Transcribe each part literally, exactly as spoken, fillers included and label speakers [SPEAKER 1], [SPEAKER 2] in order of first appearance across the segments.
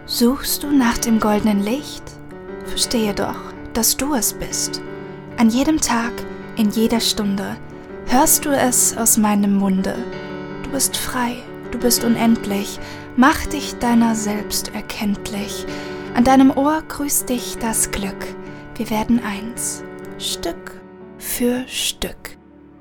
[SPEAKER 1] Suchst du nach dem goldenen Licht? Verstehe doch, dass du es bist. An jedem Tag, in jeder Stunde, hörst du es aus meinem Munde. Du bist frei, du bist unendlich, mach dich deiner selbst erkenntlich. An deinem Ohr grüßt dich das Glück. Wir werden eins, Stück für Stück.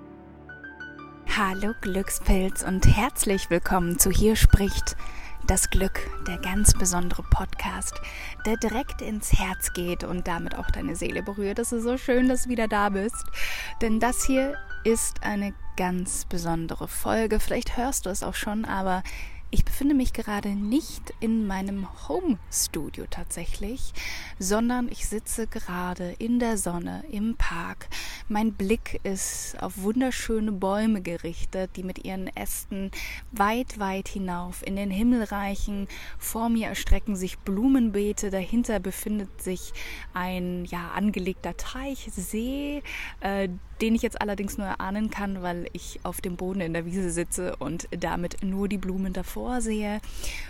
[SPEAKER 1] Hallo Glückspilz und herzlich willkommen zu Hier spricht das Glück, der ganz besondere Podcast, der direkt ins Herz geht und damit auch deine Seele berührt. Es ist so schön, dass du wieder da bist, denn das hier ist eine ganz besondere Folge. Vielleicht hörst du es auch schon, aber ich befinde mich gerade nicht in meinem Home-Studio tatsächlich, sondern ich sitze gerade in der Sonne im Park. Mein Blick ist auf wunderschöne Bäume gerichtet, die mit ihren Ästen weit, weit hinauf in den Himmel reichen. Vor mir erstrecken sich Blumenbeete, dahinter befindet sich ein ja angelegter Teich, See, äh, den ich jetzt allerdings nur erahnen kann, weil ich auf dem Boden in der Wiese sitze und damit nur die Blumen davor sehe.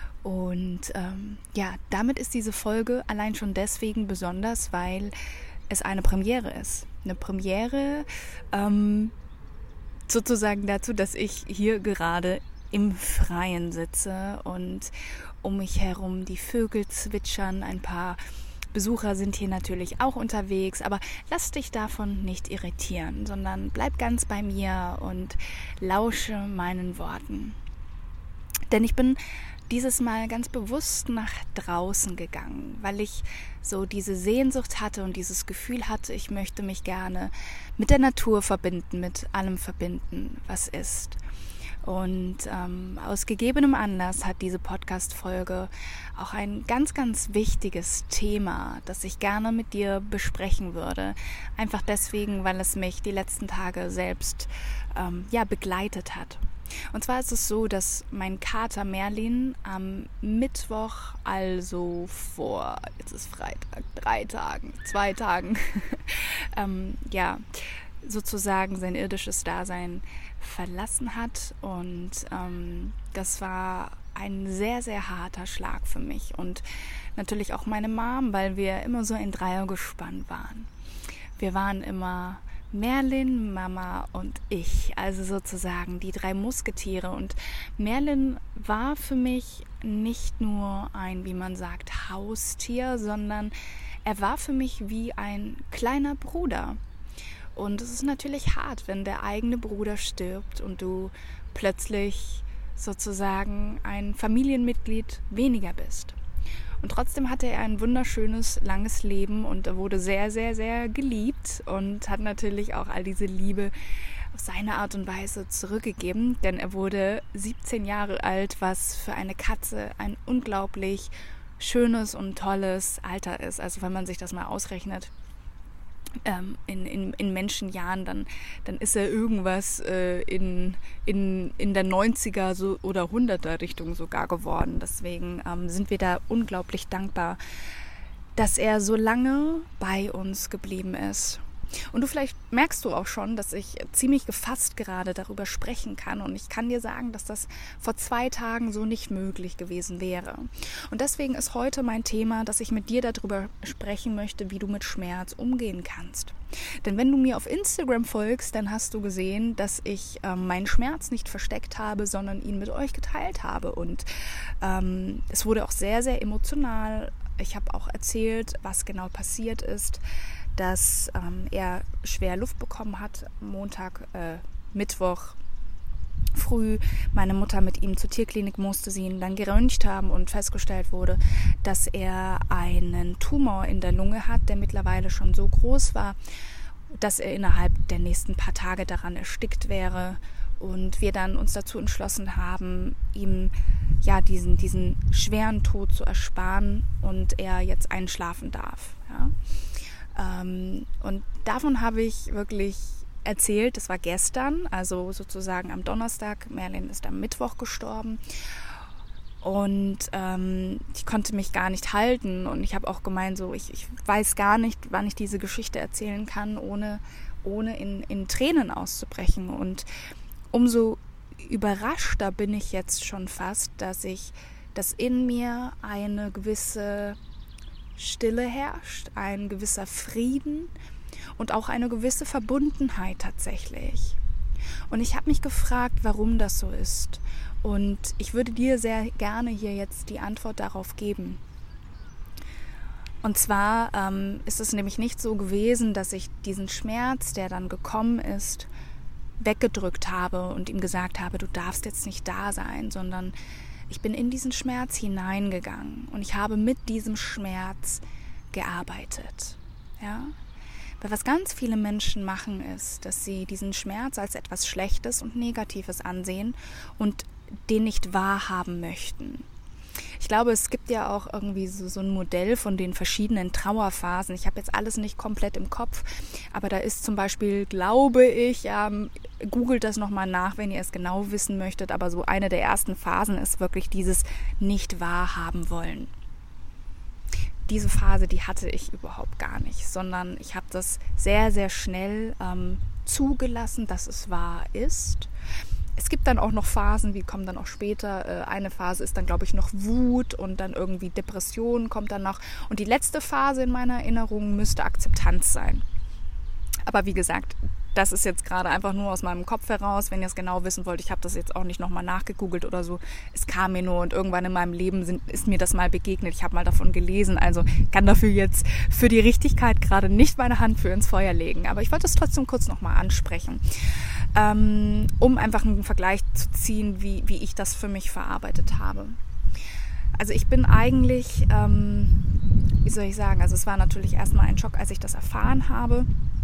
[SPEAKER 1] Und ähm, ja, damit ist diese Folge allein schon deswegen besonders, weil es eine Premiere ist. Eine Premiere ähm, sozusagen dazu, dass ich hier gerade im Freien sitze und um mich herum die Vögel zwitschern, ein paar Besucher sind hier natürlich auch unterwegs, aber lass dich davon nicht irritieren, sondern bleib ganz bei mir und lausche meinen Worten. Denn ich bin dieses Mal ganz bewusst nach draußen gegangen, weil ich so diese Sehnsucht hatte und dieses Gefühl hatte, ich möchte mich gerne mit der Natur verbinden, mit allem verbinden, was ist. Und ähm, aus gegebenem Anlass hat diese Podcast-Folge auch ein ganz, ganz wichtiges Thema, das ich gerne mit dir besprechen würde. Einfach deswegen, weil es mich die letzten Tage selbst ähm, ja, begleitet hat. Und zwar ist es so, dass mein Kater Merlin am Mittwoch, also vor, jetzt ist Freitag, drei Tagen, zwei Tagen, ähm, ja, sozusagen sein irdisches Dasein verlassen hat und ähm, das war ein sehr, sehr harter Schlag für mich und natürlich auch meine Mom, weil wir immer so in Dreiergespann waren. Wir waren immer Merlin, Mama und ich, also sozusagen die drei Musketiere, und Merlin war für mich nicht nur ein, wie man sagt, Haustier, sondern er war für mich wie ein kleiner Bruder. Und es ist natürlich hart, wenn der eigene Bruder stirbt und du plötzlich sozusagen ein Familienmitglied weniger bist. Und trotzdem hatte er ein wunderschönes, langes Leben und er wurde sehr, sehr, sehr geliebt und hat natürlich auch all diese Liebe auf seine Art und Weise zurückgegeben, denn er wurde siebzehn Jahre alt, was für eine Katze ein unglaublich schönes und tolles Alter ist. Also wenn man sich das mal ausrechnet, Ähm, in, in, in Menschenjahren, dann, dann ist er irgendwas äh, in, in, in der neunziger so, oder hunderter Richtung sogar geworden. Deswegen ähm, sind wir da unglaublich dankbar, dass er so lange bei uns geblieben ist. Und du vielleicht merkst du auch schon, dass ich ziemlich gefasst gerade darüber sprechen kann. Und ich kann dir sagen, dass das vor zwei Tagen so nicht möglich gewesen wäre. Und deswegen ist heute mein Thema, dass ich mit dir darüber sprechen möchte, wie du mit Schmerz umgehen kannst. Denn wenn du mir auf Instagram folgst, dann hast du gesehen, dass ich ähm, meinen Schmerz nicht versteckt habe, sondern ihn mit euch geteilt habe. Und ähm, es wurde auch sehr, sehr emotional. Ich habe auch erzählt, was genau passiert ist, dass ähm, er schwer Luft bekommen hat, Montag, äh, Mittwoch früh, meine Mutter mit ihm zur Tierklinik musste, sie ihn dann geröntgt haben und festgestellt wurde, dass er einen Tumor in der Lunge hat, der mittlerweile schon so groß war, dass er innerhalb der nächsten paar Tage daran erstickt wäre und wir dann uns dazu entschlossen haben, ihm ja diesen, diesen schweren Tod zu ersparen und er jetzt einschlafen darf, ja. Und davon habe ich wirklich erzählt, das war gestern, also sozusagen am Donnerstag. Merlin ist am Mittwoch gestorben und ähm, ich konnte mich gar nicht halten und ich habe auch gemeint, so ich, ich weiß gar nicht, wann ich diese Geschichte erzählen kann, ohne, ohne in, in Tränen auszubrechen. Und umso überraschter bin ich jetzt schon fast, dass ich dass in mir eine gewisse Stille herrscht, ein gewisser Frieden und auch eine gewisse Verbundenheit tatsächlich. Und ich habe mich gefragt, warum das so ist. Und ich würde dir sehr gerne hier jetzt die Antwort darauf geben. Und zwar ähm, ist es nämlich nicht so gewesen, dass ich diesen Schmerz, der dann gekommen ist, weggedrückt habe und ihm gesagt habe, du darfst jetzt nicht da sein, sondern ich bin in diesen Schmerz hineingegangen und ich habe mit diesem Schmerz gearbeitet. Ja? Weil was ganz viele Menschen machen ist, dass sie diesen Schmerz als etwas Schlechtes und Negatives ansehen und den nicht wahrhaben möchten. Ich glaube, es gibt ja auch irgendwie so, so ein Modell von den verschiedenen Trauerphasen. Ich habe jetzt alles nicht komplett im Kopf, aber da ist zum Beispiel, glaube ich, ja, googelt das nochmal nach, wenn ihr es genau wissen möchtet, aber so eine der ersten Phasen ist wirklich dieses nicht wahrhaben wollen. Diese Phase, die hatte ich überhaupt gar nicht, sondern ich habe das sehr, sehr schnell ähm, zugelassen, dass es wahr ist. Es gibt dann auch noch Phasen, die kommen dann auch später. Eine Phase ist dann, glaube ich, noch Wut und dann irgendwie Depression kommt dann noch. Und die letzte Phase in meiner Erinnerung müsste Akzeptanz sein. Aber wie gesagt, das ist jetzt gerade einfach nur aus meinem Kopf heraus. Wenn ihr es genau wissen wollt, ich habe das jetzt auch nicht nochmal nachgegoogelt oder so. Es kam mir nur und irgendwann in meinem Leben sind, ist mir das mal begegnet. Ich habe mal davon gelesen. Also kann dafür jetzt für die Richtigkeit gerade nicht meine Hand für ins Feuer legen. Aber ich wollte es trotzdem kurz nochmal ansprechen. Ähm, um einfach einen Vergleich zu ziehen, wie, wie ich das für mich verarbeitet habe. Also ich bin eigentlich, ähm, wie soll ich sagen, also es war natürlich erstmal ein Schock, als ich das erfahren habe.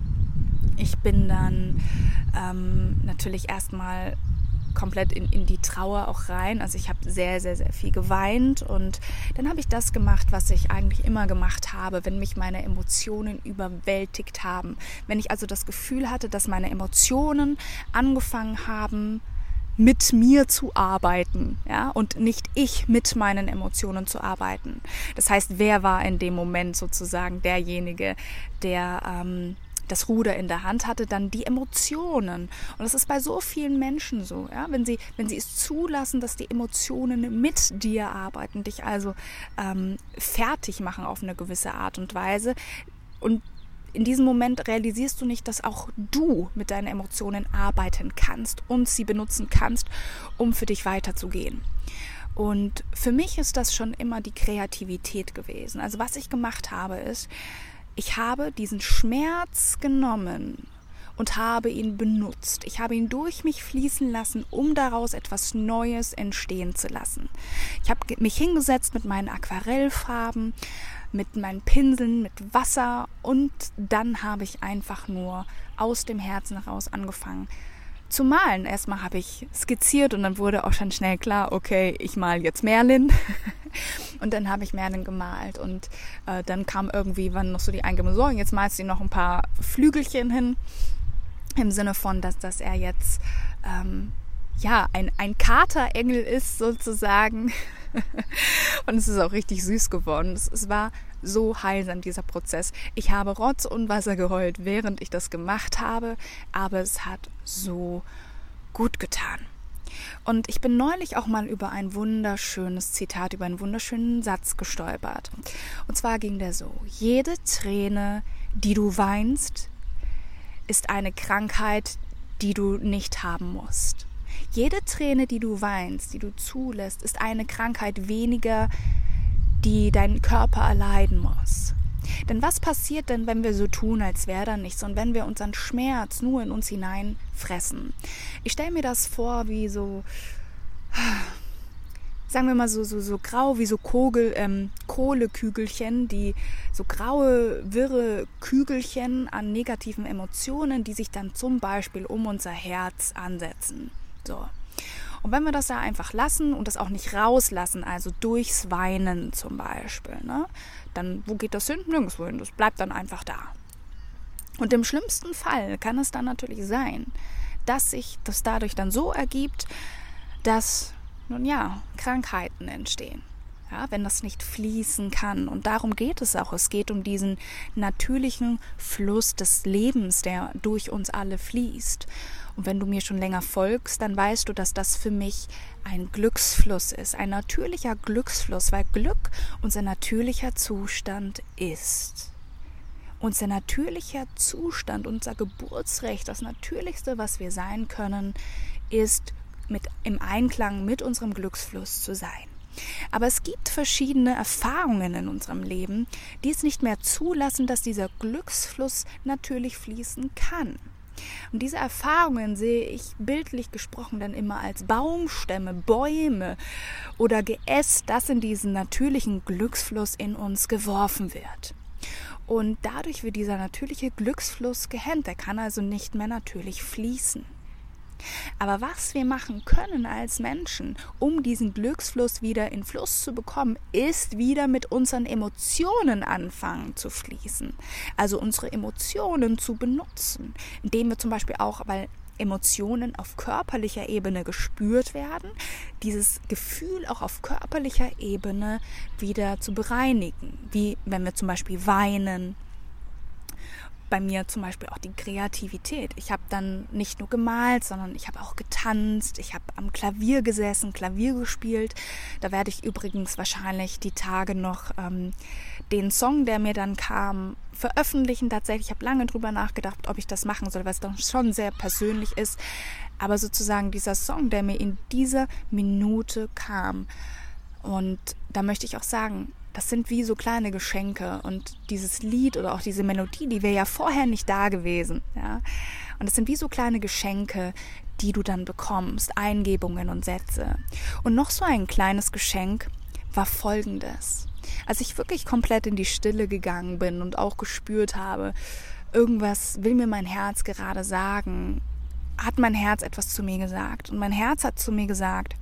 [SPEAKER 1] Ich bin dann ähm, natürlich erstmal komplett in, in die Trauer auch rein. Also ich habe sehr, sehr, sehr viel geweint und dann habe ich das gemacht, was ich eigentlich immer gemacht habe, wenn mich meine Emotionen überwältigt haben. Wenn ich also das Gefühl hatte, dass meine Emotionen angefangen haben, mit mir zu arbeiten, ja, und nicht ich mit meinen Emotionen zu arbeiten. Das heißt, wer war in dem Moment sozusagen derjenige, der ähm, das Ruder in der Hand hatte, dann die Emotionen. Und das ist bei so vielen Menschen so, ja, wenn sie, wenn sie es zulassen, dass die Emotionen mit dir arbeiten, dich also ähm, fertig machen auf eine gewisse Art und Weise. Und in diesem Moment realisierst du nicht, dass auch du mit deinen Emotionen arbeiten kannst und sie benutzen kannst, um für dich weiterzugehen. Und für mich ist das schon immer die Kreativität gewesen. Also was ich gemacht habe ist, ich habe diesen Schmerz genommen und habe ihn benutzt. Ich habe ihn durch mich fließen lassen, um daraus etwas Neues entstehen zu lassen. Ich habe mich hingesetzt mit meinen Aquarellfarben, mit meinen Pinseln, mit Wasser und dann habe ich einfach nur aus dem Herzen heraus angefangen zu malen. Erstmal habe ich skizziert und dann wurde auch schon schnell klar, okay, ich male jetzt Merlin. Und dann habe ich Merlin gemalt und äh, dann kam irgendwie wann noch so die Eingebung, so, jetzt malst du noch ein paar Flügelchen hin, im Sinne von, dass, dass er jetzt ähm, ja ein, ein Katerengel ist sozusagen. Und es ist auch richtig süß geworden. Es, es war so heilsam, dieser Prozess. Ich habe Rotz und Wasser geheult, während ich das gemacht habe, aber es hat so gut getan. Und ich bin neulich auch mal über ein wunderschönes Zitat, über einen wunderschönen Satz gestolpert. Und zwar ging der so: Jede Träne, die du weinst, ist eine Krankheit, die du nicht haben musst. Jede Träne, die du weinst, die du zulässt, ist eine Krankheit weniger, die dein Körper erleiden muss. Denn was passiert denn, wenn wir so tun, als wäre da nichts und wenn wir unseren Schmerz nur in uns hineinfressen? Ich stelle mir das vor wie so, sagen wir mal so, so, so grau wie so Kogel, ähm, Kohlekügelchen, die so graue, wirre Kügelchen an negativen Emotionen, die sich dann zum Beispiel um unser Herz ansetzen. So. Und wenn wir das da einfach lassen und das auch nicht rauslassen, also durchs Weinen zum Beispiel, ne, dann, wo geht das hin? Nirgendwo hin. Das bleibt dann einfach da. Und im schlimmsten Fall kann es dann natürlich sein, dass sich das dadurch dann so ergibt, dass, nun ja, Krankheiten entstehen. Ja, wenn das nicht fließen kann. Und darum geht es auch. Es geht um diesen natürlichen Fluss des Lebens, der durch uns alle fließt. Und wenn du mir schon länger folgst, dann weißt du, dass das für mich ein Glücksfluss ist, ein natürlicher Glücksfluss, weil Glück unser natürlicher Zustand ist. Unser natürlicher Zustand, unser Geburtsrecht, das Natürlichste, was wir sein können, ist mit, im Einklang mit unserem Glücksfluss zu sein. Aber es gibt verschiedene Erfahrungen in unserem Leben, die es nicht mehr zulassen, dass dieser Glücksfluss natürlich fließen kann. Und diese Erfahrungen sehe ich bildlich gesprochen dann immer als Baumstämme, Bäume oder Geäst, das in diesen natürlichen Glücksfluss in uns geworfen wird. Und dadurch wird dieser natürliche Glücksfluss gehemmt, er kann also nicht mehr natürlich fließen. Aber was wir machen können als Menschen, um diesen Glücksfluss wieder in Fluss zu bekommen, ist wieder mit unseren Emotionen anfangen zu fließen. Also unsere Emotionen zu benutzen, indem wir zum Beispiel auch, weil Emotionen auf körperlicher Ebene gespürt werden, dieses Gefühl auch auf körperlicher Ebene wieder zu bereinigen. Wie wenn wir zum Beispiel weinen. Bei mir zum Beispiel auch die Kreativität. Ich habe dann nicht nur gemalt, sondern ich habe auch getanzt, ich habe am Klavier gesessen, Klavier gespielt. Da werde ich übrigens wahrscheinlich die Tage noch ähm, den Song, der mir dann kam, veröffentlichen. Tatsächlich, ich habe lange drüber nachgedacht, ob ich das machen soll, weil es doch schon sehr persönlich ist. Aber sozusagen dieser Song, der mir in dieser Minute kam. Und da möchte ich auch sagen, das sind wie so kleine Geschenke und dieses Lied oder auch diese Melodie, die wäre ja vorher nicht da gewesen. Ja? Und das sind wie so kleine Geschenke, die du dann bekommst, Eingebungen und Sätze. Und noch so ein kleines Geschenk war Folgendes. Als ich wirklich komplett in die Stille gegangen bin und auch gespürt habe, irgendwas will mir mein Herz gerade sagen, hat mein Herz etwas zu mir gesagt. Und mein Herz hat zu mir gesagt,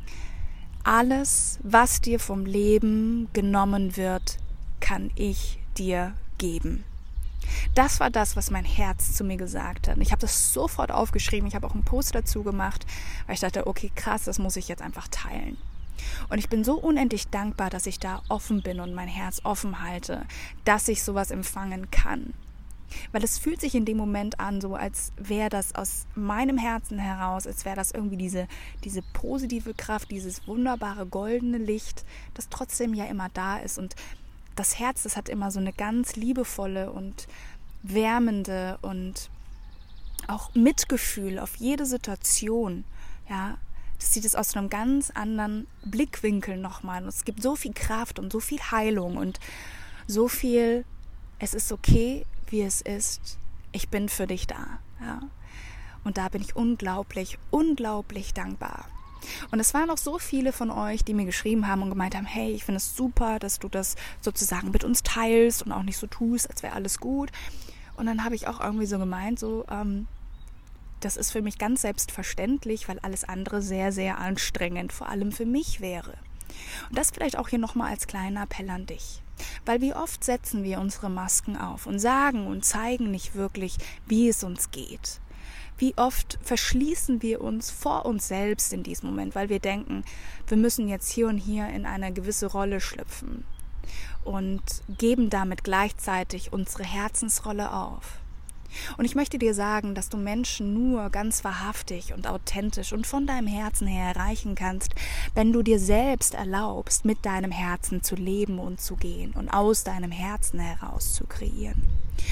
[SPEAKER 1] alles, was dir vom Leben genommen wird, kann ich dir geben. Das war das, was mein Herz zu mir gesagt hat. Und ich habe das sofort aufgeschrieben. Ich habe auch einen Post dazu gemacht, weil ich dachte, okay, krass, das muss ich jetzt einfach teilen. Und ich bin so unendlich dankbar, dass ich da offen bin und mein Herz offen halte, dass ich sowas empfangen kann. Weil es fühlt sich in dem Moment an, so als wäre das aus meinem Herzen heraus, als wäre das irgendwie diese, diese positive Kraft, dieses wunderbare goldene Licht, das trotzdem ja immer da ist. Und das Herz, das hat immer so eine ganz liebevolle und wärmende und auch Mitgefühl auf jede Situation. Ja, das sieht es aus einem ganz anderen Blickwinkel nochmal. Und es gibt so viel Kraft und so viel Heilung und so viel, es ist okay, wie es ist, ich bin für dich da. Ja? Und da bin ich unglaublich, unglaublich dankbar. Und es waren auch so viele von euch, die mir geschrieben haben und gemeint haben, hey, ich finde es super, dass du das sozusagen mit uns teilst und auch nicht so tust, als wäre alles gut. Und dann habe ich auch irgendwie so gemeint, so, ähm, das ist für mich ganz selbstverständlich, weil alles andere sehr, sehr anstrengend, vor allem für mich wäre. Und das vielleicht auch hier nochmal als kleiner Appell an dich. Weil wie oft setzen wir unsere Masken auf und sagen und zeigen nicht wirklich, wie es uns geht. Wie oft verschließen wir uns vor uns selbst in diesem Moment, weil wir denken, wir müssen jetzt hier und hier in eine gewisse Rolle schlüpfen und geben damit gleichzeitig unsere Herzensrolle auf. Und ich möchte dir sagen, dass du Menschen nur ganz wahrhaftig und authentisch und von deinem Herzen her erreichen kannst, wenn du dir selbst erlaubst, mit deinem Herzen zu leben und zu gehen und aus deinem Herzen heraus zu kreieren.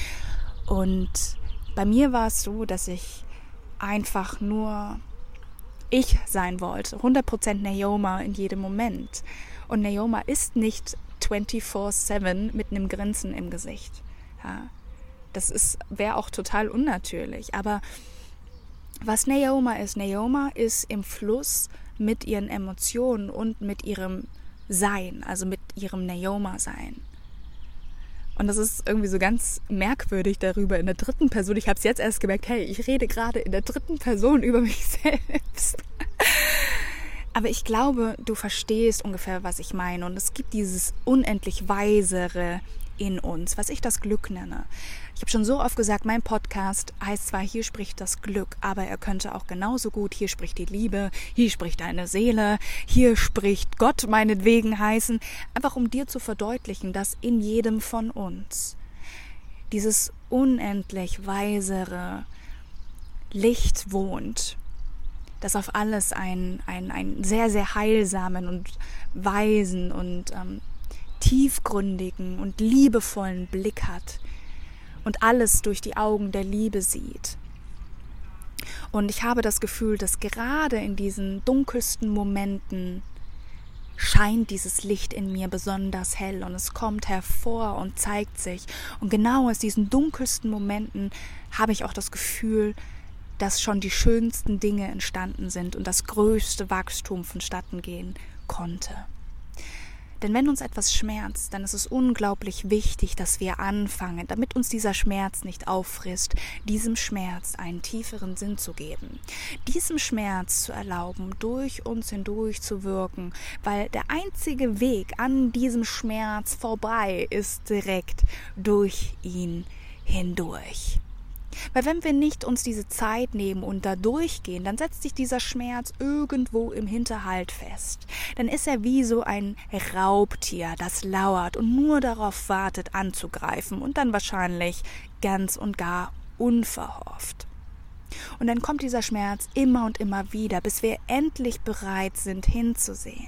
[SPEAKER 1] Und bei mir war es so, dass ich einfach nur ich sein wollte, hundert Prozent Naoma in jedem Moment. Und Naoma ist nicht vierundzwanzig sieben mit einem Grinsen im Gesicht. Ja. Das ist, wäre auch total unnatürlich. Aber was Naoma ist, Naoma ist im Fluss mit ihren Emotionen und mit ihrem Sein, also mit ihrem Naoma-Sein. Und das ist irgendwie so ganz merkwürdig darüber in der dritten Person. Ich habe es jetzt erst gemerkt, hey, ich rede gerade in der dritten Person über mich selbst. Aber ich glaube, du verstehst ungefähr, was ich meine. Und es gibt dieses unendlich weisere in uns, was ich das Glück nenne. Ich habe schon so oft gesagt, mein Podcast heißt zwar, hier spricht das Glück, aber er könnte auch genauso gut, hier spricht die Liebe, hier spricht deine Seele, hier spricht Gott meinetwegen heißen, einfach um dir zu verdeutlichen, dass in jedem von uns dieses unendlich weisere Licht wohnt, das auf alles einen, einen, einen sehr, sehr heilsamen und weisen und ähm, tiefgründigen und liebevollen Blick hat und alles durch die Augen der Liebe sieht. Und ich habe das Gefühl, dass gerade in diesen dunkelsten Momenten scheint dieses Licht in mir besonders hell und es kommt hervor und zeigt sich. Und genau aus diesen dunkelsten Momenten habe ich auch das Gefühl, dass schon die schönsten Dinge entstanden sind und das größte Wachstum vonstatten gehen konnte. Denn wenn uns etwas schmerzt, dann ist es unglaublich wichtig, dass wir anfangen, damit uns dieser Schmerz nicht auffrisst, diesem Schmerz einen tieferen Sinn zu geben. Diesem Schmerz zu erlauben, durch uns hindurch zu wirken, weil der einzige Weg an diesem Schmerz vorbei ist direkt durch ihn hindurch. Weil wenn wir nicht uns diese Zeit nehmen und da durchgehen, dann setzt sich dieser Schmerz irgendwo im Hinterhalt fest. Dann ist er wie so ein Raubtier, das lauert und nur darauf wartet, anzugreifen und dann wahrscheinlich ganz und gar unverhofft. Und dann kommt dieser Schmerz immer und immer wieder, bis wir endlich bereit sind, hinzusehen.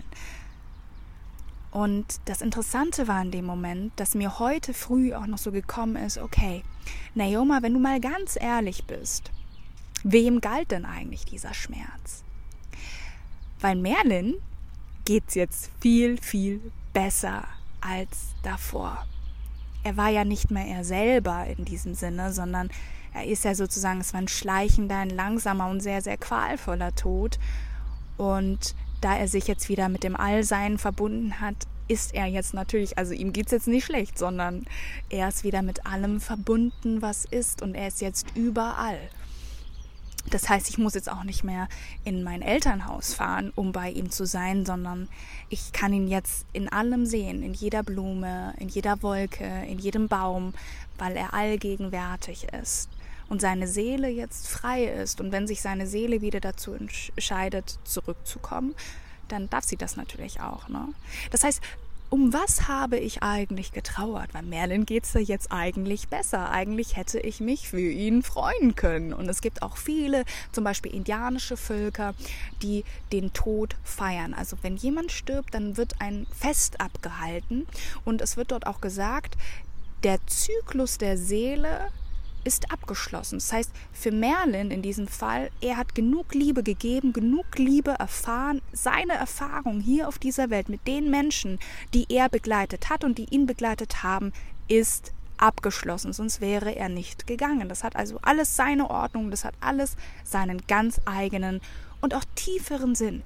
[SPEAKER 1] Und das Interessante war in dem Moment, dass mir heute früh auch noch so gekommen ist, okay, Naoma, wenn du mal ganz ehrlich bist, wem galt denn eigentlich dieser Schmerz? Weil Merlin geht's jetzt viel, viel besser als davor. Er war ja nicht mehr er selber in diesem Sinne, sondern er ist ja sozusagen, es war ein schleichender, ein langsamer und sehr, sehr qualvoller Tod. Und da er sich jetzt wieder mit dem Allsein verbunden hat, ist er jetzt natürlich, also ihm geht's jetzt nicht schlecht, sondern er ist wieder mit allem verbunden, was ist, und er ist jetzt überall. Das heißt, ich muss jetzt auch nicht mehr in mein Elternhaus fahren, um bei ihm zu sein, sondern ich kann ihn jetzt in allem sehen, in jeder Blume, in jeder Wolke, in jedem Baum, weil er allgegenwärtig ist und seine Seele jetzt frei ist. Und wenn sich seine Seele wieder dazu entscheidet, zurückzukommen, dann darf sie das natürlich auch, ne? Das heißt, um was habe ich eigentlich getrauert? Weil Merlin geht's da jetzt eigentlich besser. Eigentlich hätte ich mich für ihn freuen können. Und es gibt auch viele, zum Beispiel indianische Völker, die den Tod feiern. Also wenn jemand stirbt, dann wird ein Fest abgehalten. Und es wird dort auch gesagt, der Zyklus der Seele ist abgeschlossen. Das heißt, für Merlin in diesem Fall, er hat genug Liebe gegeben, genug Liebe erfahren, seine Erfahrung hier auf dieser Welt mit den Menschen, die er begleitet hat und die ihn begleitet haben, ist abgeschlossen, sonst wäre er nicht gegangen. Das hat also alles seine Ordnung, das hat alles seinen ganz eigenen und auch tieferen Sinn.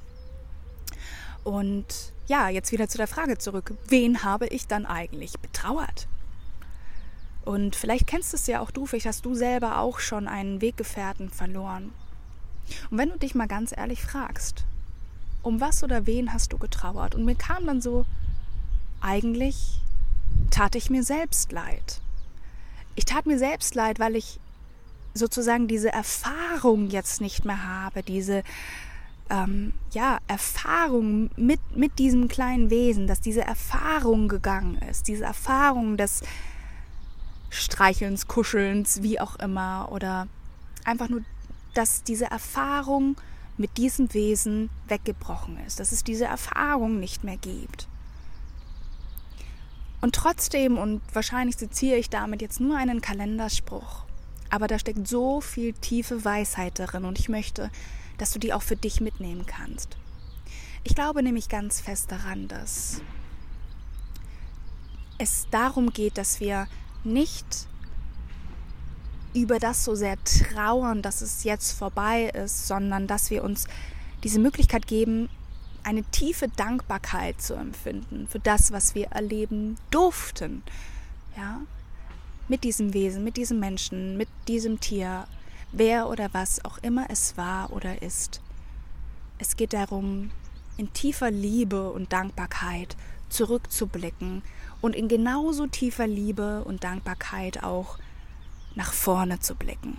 [SPEAKER 1] Und ja, jetzt wieder zu der Frage zurück, wen habe ich dann eigentlich betrauert? Und vielleicht kennst du es ja auch du, vielleicht hast du selber auch schon einen Weggefährten verloren. Und wenn du dich mal ganz ehrlich fragst, um was oder wen hast du getrauert? Und mir kam dann so, eigentlich tat ich mir selbst leid. Ich tat mir selbst leid, weil ich sozusagen diese Erfahrung jetzt nicht mehr habe, diese ähm, ja, Erfahrung mit, mit diesem kleinen Wesen, dass diese Erfahrung gegangen ist, diese Erfahrung des Streichelns, Kuschelns, wie auch immer, oder einfach nur, dass diese Erfahrung mit diesem Wesen weggebrochen ist, dass es diese Erfahrung nicht mehr gibt. Und trotzdem, und wahrscheinlich zitiere ich damit jetzt nur einen Kalenderspruch, aber da steckt so viel tiefe Weisheit darin und ich möchte, dass du die auch für dich mitnehmen kannst. Ich glaube nämlich ganz fest daran, dass es darum geht, dass wir nicht über das so sehr trauern, dass es jetzt vorbei ist, sondern dass wir uns diese Möglichkeit geben, eine tiefe Dankbarkeit zu empfinden für das, was wir erleben durften. Ja? Mit diesem Wesen, mit diesem Menschen, mit diesem Tier, wer oder was auch immer es war oder ist. Es geht darum, in tiefer Liebe und Dankbarkeit zurückzublicken und in genauso tiefer Liebe und Dankbarkeit auch nach vorne zu blicken.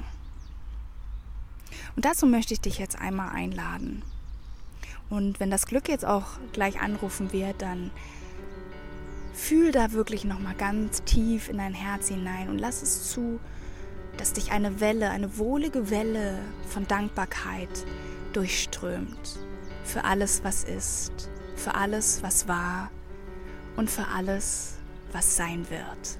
[SPEAKER 1] Und dazu möchte ich dich jetzt einmal einladen. Und wenn das Glück jetzt auch gleich anrufen wird, dann fühl da wirklich nochmal ganz tief in dein Herz hinein und lass es zu, dass dich eine Welle, eine wohlige Welle von Dankbarkeit durchströmt. Für alles, was ist, für alles, was war und für alles, was sein wird.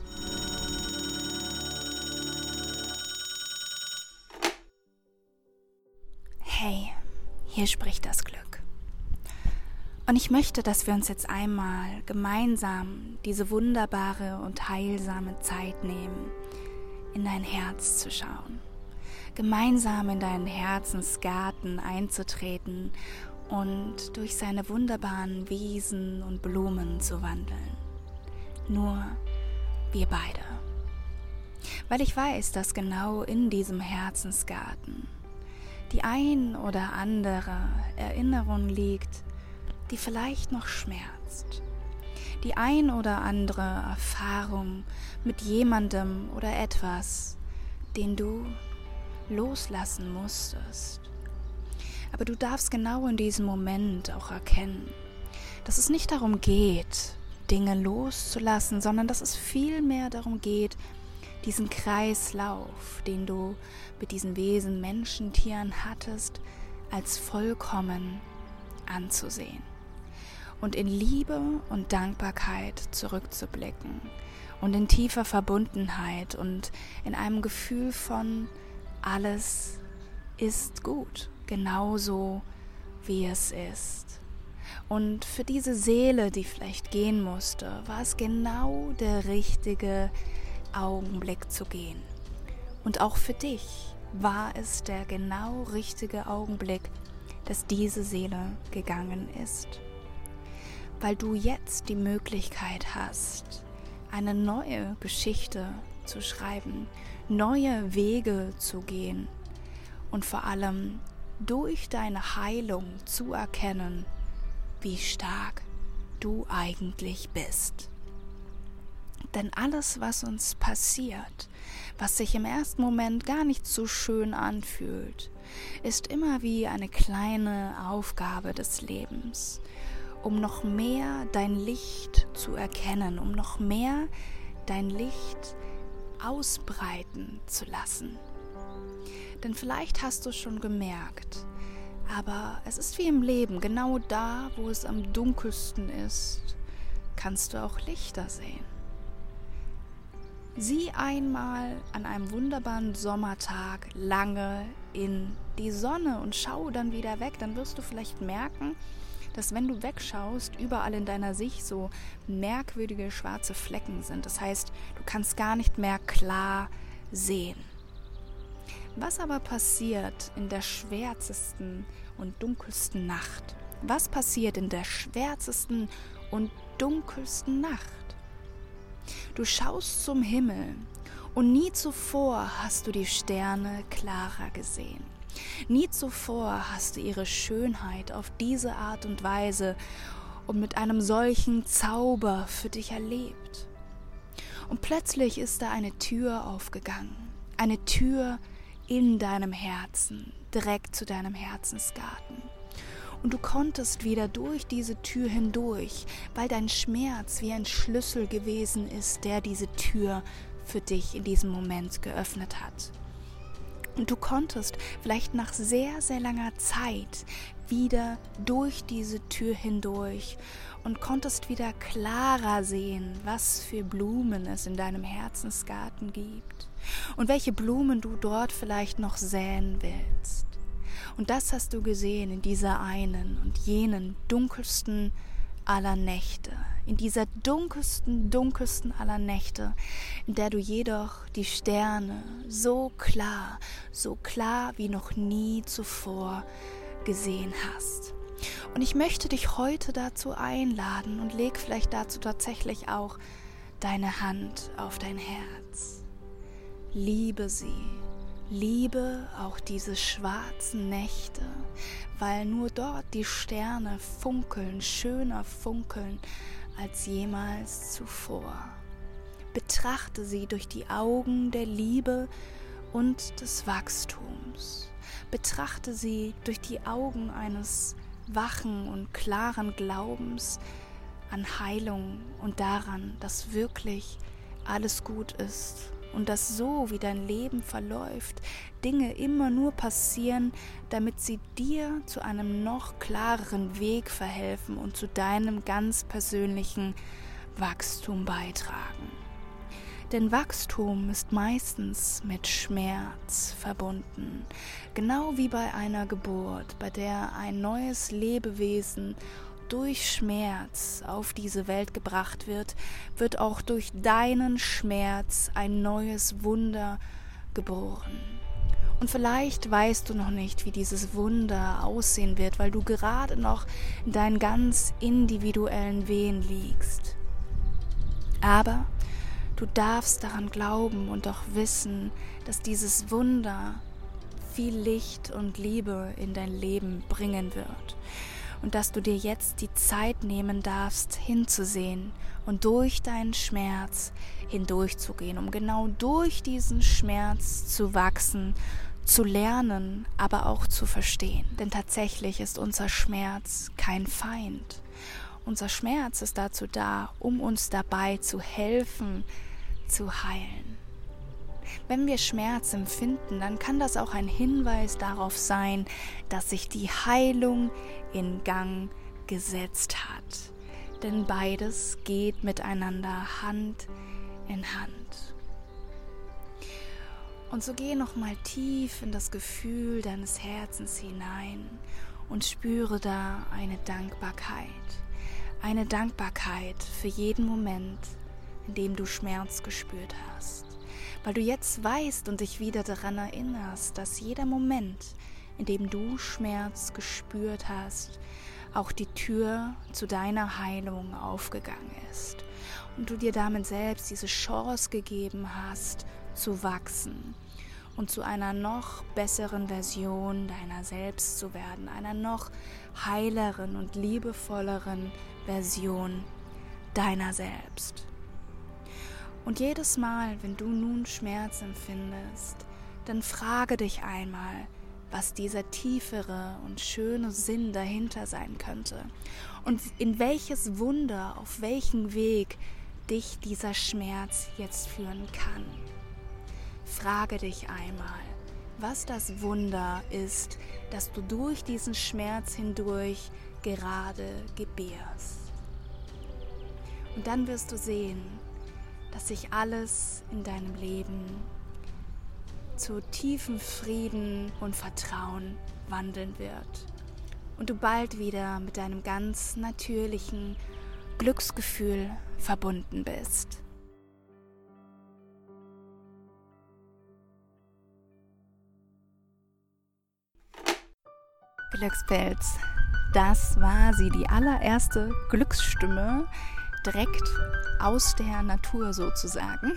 [SPEAKER 1] Hey, hier spricht das Glück. Und ich möchte, dass wir uns jetzt einmal gemeinsam diese wunderbare und heilsame Zeit nehmen, in dein Herz zu schauen, gemeinsam in deinen Herzensgarten einzutreten und durch seine wunderbaren Wiesen und Blumen zu wandeln. Nur wir beide. Weil ich weiß, dass genau in diesem Herzensgarten die ein oder andere Erinnerung liegt, die vielleicht noch schmerzt. Die ein oder andere Erfahrung mit jemandem oder etwas, den du loslassen musstest. Aber du darfst genau in diesem Moment auch erkennen, dass es nicht darum geht, Dinge loszulassen, sondern dass es vielmehr darum geht, diesen Kreislauf, den du mit diesen Wesen, Menschen, Tieren hattest, als vollkommen anzusehen und in Liebe und Dankbarkeit zurückzublicken und in tiefer Verbundenheit und in einem Gefühl von alles ist gut, genauso wie es ist. Und für diese Seele, die vielleicht gehen musste, war es genau der richtige Augenblick zu gehen. Und auch für dich war es der genau richtige Augenblick, dass diese Seele gegangen ist. Weil du jetzt die Möglichkeit hast, eine neue Geschichte zu schreiben, neue Wege zu gehen und vor allem durch deine Heilung zu erkennen, wie stark du eigentlich bist. Denn alles, was uns passiert, was sich im ersten Moment gar nicht so schön anfühlt, ist immer wie eine kleine Aufgabe des Lebens, um noch mehr dein Licht zu erkennen, um noch mehr dein Licht ausbreiten zu lassen. Denn vielleicht hast du es schon gemerkt, aber es ist wie im Leben, genau da, wo es am dunkelsten ist, kannst du auch Lichter sehen. Sieh einmal an einem wunderbaren Sommertag lange in die Sonne und schau dann wieder weg. Dann wirst du vielleicht merken, dass wenn du wegschaust, überall in deiner Sicht so merkwürdige schwarze Flecken sind. Das heißt, du kannst gar nicht mehr klar sehen. Was aber passiert in der schwärzesten und dunkelsten Nacht? Was passiert in der schwärzesten und dunkelsten Nacht? Du schaust zum Himmel und nie zuvor hast du die Sterne klarer gesehen. Nie zuvor hast du ihre Schönheit auf diese Art und Weise und mit einem solchen Zauber für dich erlebt. Und plötzlich ist da eine Tür aufgegangen, eine Tür in deinem Herzen, direkt zu deinem Herzensgarten. Und du konntest wieder durch diese Tür hindurch, weil dein Schmerz wie ein Schlüssel gewesen ist, der diese Tür für dich in diesem Moment geöffnet hat. Und du konntest vielleicht nach sehr, sehr langer Zeit wieder durch diese Tür hindurch und konntest wieder klarer sehen, was für Blumen es in deinem Herzensgarten gibt und welche Blumen du dort vielleicht noch säen willst. Und das hast du gesehen in dieser einen und jenen dunkelsten aller Nächte, in dieser dunkelsten, dunkelsten aller Nächte, in der du jedoch die Sterne so klar, so klar wie noch nie zuvor gesehen hast. Und ich möchte dich heute dazu einladen und leg vielleicht dazu tatsächlich auch deine Hand auf dein Herz. Liebe sie. Liebe auch diese schwarzen Nächte, weil nur dort die Sterne funkeln, schöner funkeln als jemals zuvor. Betrachte sie durch die Augen der Liebe und des Wachstums. Betrachte sie durch die Augen eines wachen und klaren Glaubens an Heilung und daran, dass wirklich alles gut ist und dass so, wie dein Leben verläuft, Dinge immer nur passieren, damit sie dir zu einem noch klareren Weg verhelfen und zu deinem ganz persönlichen Wachstum beitragen. Denn Wachstum ist meistens mit Schmerz verbunden, genau wie bei einer Geburt, bei der ein neues Lebewesen durch Schmerz auf diese Welt gebracht wird, wird auch durch deinen Schmerz ein neues Wunder geboren. Und vielleicht weißt du noch nicht, wie dieses Wunder aussehen wird, weil du gerade noch in deinen ganz individuellen Wehen liegst. Aber du darfst daran glauben und auch wissen, dass dieses Wunder viel Licht und Liebe in dein Leben bringen wird. Und dass du dir jetzt die Zeit nehmen darfst, hinzusehen und durch deinen Schmerz hindurchzugehen, um genau durch diesen Schmerz zu wachsen, zu lernen, aber auch zu verstehen. Denn tatsächlich ist unser Schmerz kein Feind. Unser Schmerz ist dazu da, um uns dabei zu helfen, zu heilen. Wenn wir Schmerz empfinden, dann kann das auch ein Hinweis darauf sein, dass sich die Heilung in Gang gesetzt hat. Denn beides geht miteinander Hand in Hand. Und so geh nochmal tief in das Gefühl deines Herzens hinein und spüre da eine Dankbarkeit. Eine Dankbarkeit für jeden Moment, in dem du Schmerz gespürt hast. Weil du jetzt weißt und dich wieder daran erinnerst, dass jeder Moment, in dem du Schmerz gespürt hast, auch die Tür zu deiner Heilung aufgegangen ist und du dir damit selbst diese Chance gegeben hast, zu wachsen und zu einer noch besseren Version deiner selbst zu werden, einer noch heileren und liebevolleren Version deiner selbst. Und jedes Mal, wenn du nun Schmerz empfindest, dann frage dich einmal, was dieser tiefere und schöne Sinn dahinter sein könnte und in welches Wunder, auf welchen Weg dich dieser Schmerz jetzt führen kann. Frage dich einmal, was das Wunder ist, das du durch diesen Schmerz hindurch gerade gebärst. Und dann wirst du sehen, dass sich alles in deinem Leben zu tiefem Frieden und Vertrauen wandeln wird und du bald wieder mit deinem ganz natürlichen Glücksgefühl verbunden bist. Glückspilz, das war sie, die allererste Glücksstimme, direkt aus der Natur sozusagen.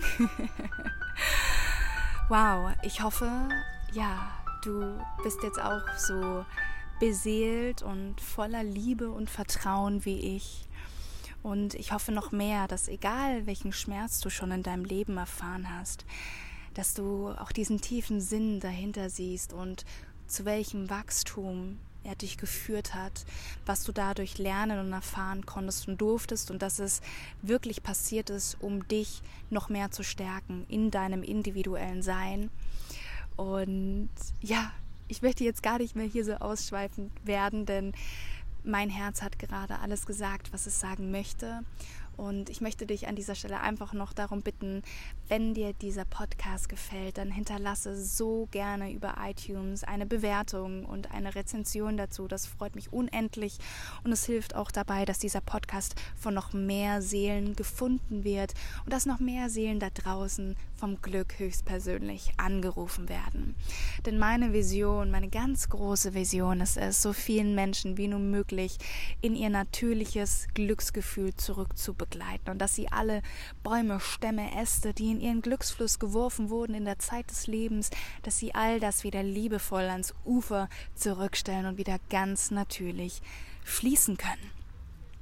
[SPEAKER 1] Wow, ich hoffe, ja, du bist jetzt auch so beseelt und voller Liebe und Vertrauen wie ich. Und ich hoffe noch mehr, dass egal welchen Schmerz du schon in deinem Leben erfahren hast, dass du auch diesen tiefen Sinn dahinter siehst und zu welchem Wachstum er dich geführt hat, was du dadurch lernen und erfahren konntest und durftest und dass es wirklich passiert ist, um dich noch mehr zu stärken in deinem individuellen Sein. Und ja, ich möchte jetzt gar nicht mehr hier so ausschweifend werden, denn mein Herz hat gerade alles gesagt, was es sagen möchte. Und ich möchte dich an dieser Stelle einfach noch darum bitten, wenn dir dieser Podcast gefällt, dann hinterlasse so gerne über iTunes eine Bewertung und eine Rezension dazu. Das freut mich unendlich und es hilft auch dabei, dass dieser Podcast von noch mehr Seelen gefunden wird und dass noch mehr Seelen da draußen vom Glück höchstpersönlich angerufen werden. Denn meine Vision, meine ganz große Vision ist es, so vielen Menschen wie nur möglich in ihr natürliches Glücksgefühl zurückzubegleiten und dass sie alle Bäume, Stämme, Äste, die in ihren Glücksfluss geworfen wurden in der Zeit des Lebens, dass sie all das wieder liebevoll ans Ufer zurückstellen und wieder ganz natürlich fließen können.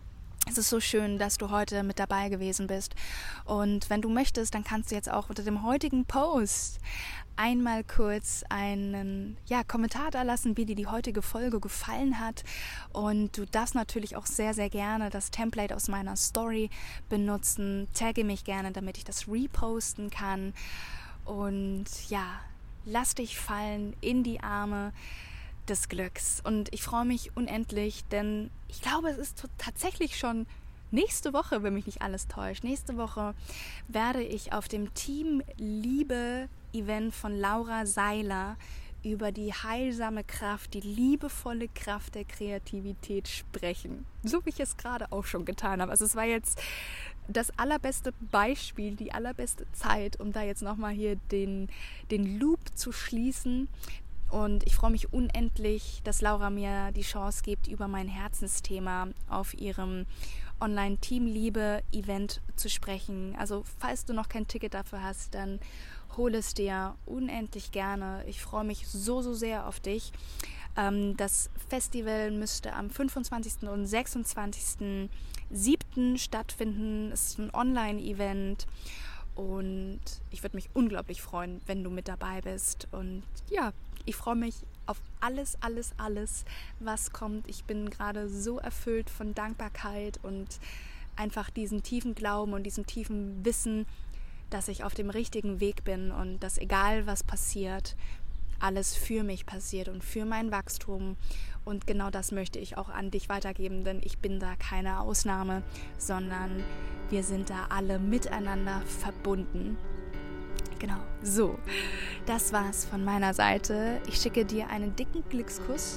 [SPEAKER 1] Es ist so schön, dass du heute mit dabei gewesen bist. Und wenn du möchtest, dann kannst du jetzt auch unter dem heutigen Post einmal kurz einen ja, Kommentar da lassen, wie dir die heutige Folge gefallen hat. Und du darfst natürlich auch sehr, sehr gerne das Template aus meiner Story benutzen. Tagge mich gerne, damit ich das reposten kann. Und ja, lass dich fallen in die Arme des Glücks. Und ich freue mich unendlich, denn ich glaube, es ist t- tatsächlich schon nächste Woche, wenn mich nicht alles täuscht. Nächste Woche werde ich auf dem Team Liebe Event von Laura Seiler über die heilsame Kraft, die liebevolle Kraft der Kreativität sprechen. So wie ich es gerade auch schon getan habe. Also es war jetzt das allerbeste Beispiel, die allerbeste Zeit, um da jetzt nochmal hier den, den Loop zu schließen. Und ich freue mich unendlich, dass Laura mir die Chance gibt, über mein Herzensthema auf ihrem Online-Team-Liebe-Event zu sprechen. Also falls du noch kein Ticket dafür hast, dann hol es dir unendlich gerne. Ich freue mich so, so sehr auf dich. Das Festival müsste am fünfundzwanzigsten und sechsundzwanzigsten siebten stattfinden. Es ist ein Online-Event. Und ich würde mich unglaublich freuen, wenn du mit dabei bist. Und ja, ich freue mich auf alles, alles, alles, was kommt. Ich bin gerade so erfüllt von Dankbarkeit und einfach diesem tiefen Glauben und diesem tiefen Wissen, dass ich auf dem richtigen Weg bin und dass egal was passiert, alles für mich passiert und für mein Wachstum. Und genau das möchte ich auch an dich weitergeben, denn ich bin da keine Ausnahme, sondern wir sind da alle miteinander verbunden. Genau, so, das war's von meiner Seite. Ich schicke dir einen dicken Glückskuss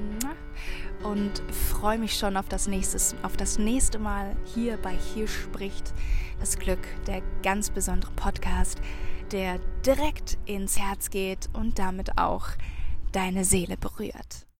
[SPEAKER 1] und freue mich schon auf das, nächstes, auf das nächste Mal hier bei Hier spricht das Glück, der ganz besondere Podcast, der direkt ins Herz geht und damit auch deine Seele berührt.